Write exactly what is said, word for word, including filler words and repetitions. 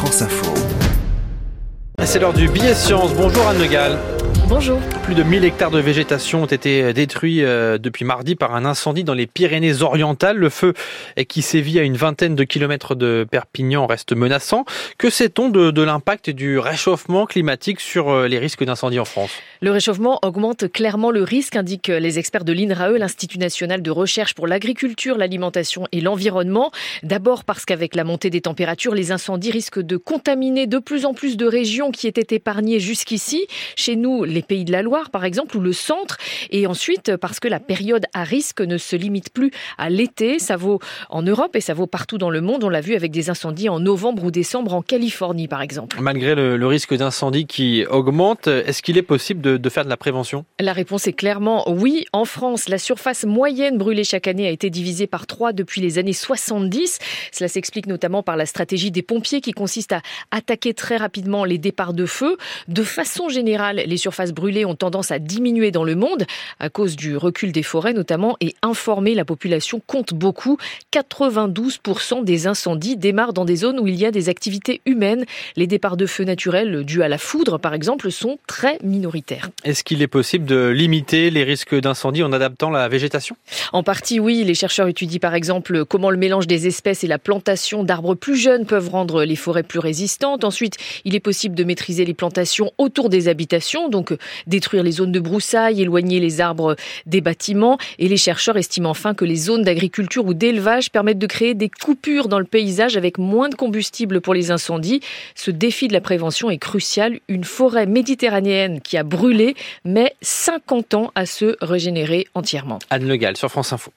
France Info. C'est l'heure du billet science. Bonjour Anne Le Gall. Bonjour. Plus de mille hectares de végétation ont été détruits euh, depuis mardi par un incendie dans les Pyrénées-Orientales. Le feu qui sévit à une vingtaine de kilomètres de Perpignan reste menaçant. Que sait-on de, de l'impact du réchauffement climatique sur euh, les risques d'incendie en France ? Le réchauffement augmente clairement le risque, indiquent les experts de l'I N R A E, l'Institut national de recherche pour l'agriculture, l'alimentation et l'environnement. D'abord parce qu'avec la montée des températures, les incendies risquent de contaminer de plus en plus de régions qui étaient épargnées jusqu'ici. Chez nous, les Pays de la Loire, par exemple, ou le centre. Et ensuite, parce que la période à risque ne se limite plus à l'été. Ça vaut en Europe et ça vaut partout dans le monde. On l'a vu avec des incendies en novembre ou décembre en Californie, par exemple. Malgré le, le risque d'incendie qui augmente, est-ce qu'il est possible de, de faire de la prévention ? La réponse est clairement oui. En France, la surface moyenne brûlée chaque année a été divisée par trois depuis les années soixante-dix. Cela s'explique notamment par la stratégie des pompiers qui consiste à attaquer très rapidement les départs de feu. De façon générale, les surfaces brûlées ont tendance à diminuer dans le monde à cause du recul des forêts notamment, et informer la population compte beaucoup. quatre-vingt-douze pour cent des incendies démarrent dans des zones où il y a des activités humaines. Les départs de feu naturels dus à la foudre par exemple sont très minoritaires. Est-ce qu'il est possible de limiter les risques d'incendie en adaptant la végétation ? En partie oui, les chercheurs étudient par exemple comment le mélange des espèces et la plantation d'arbres plus jeunes peuvent rendre les forêts plus résistantes. Ensuite, il est possible de maîtriser les plantations autour des habitations, donc détruire les zones de broussailles, éloigner les arbres des bâtiments. Et les chercheurs estiment enfin que les zones d'agriculture ou d'élevage permettent de créer des coupures dans le paysage avec moins de combustible pour les incendies. Ce défi de la prévention est crucial. Une forêt méditerranéenne qui a brûlé met cinquante ans à se régénérer entièrement. Anne Le Gall sur France Info.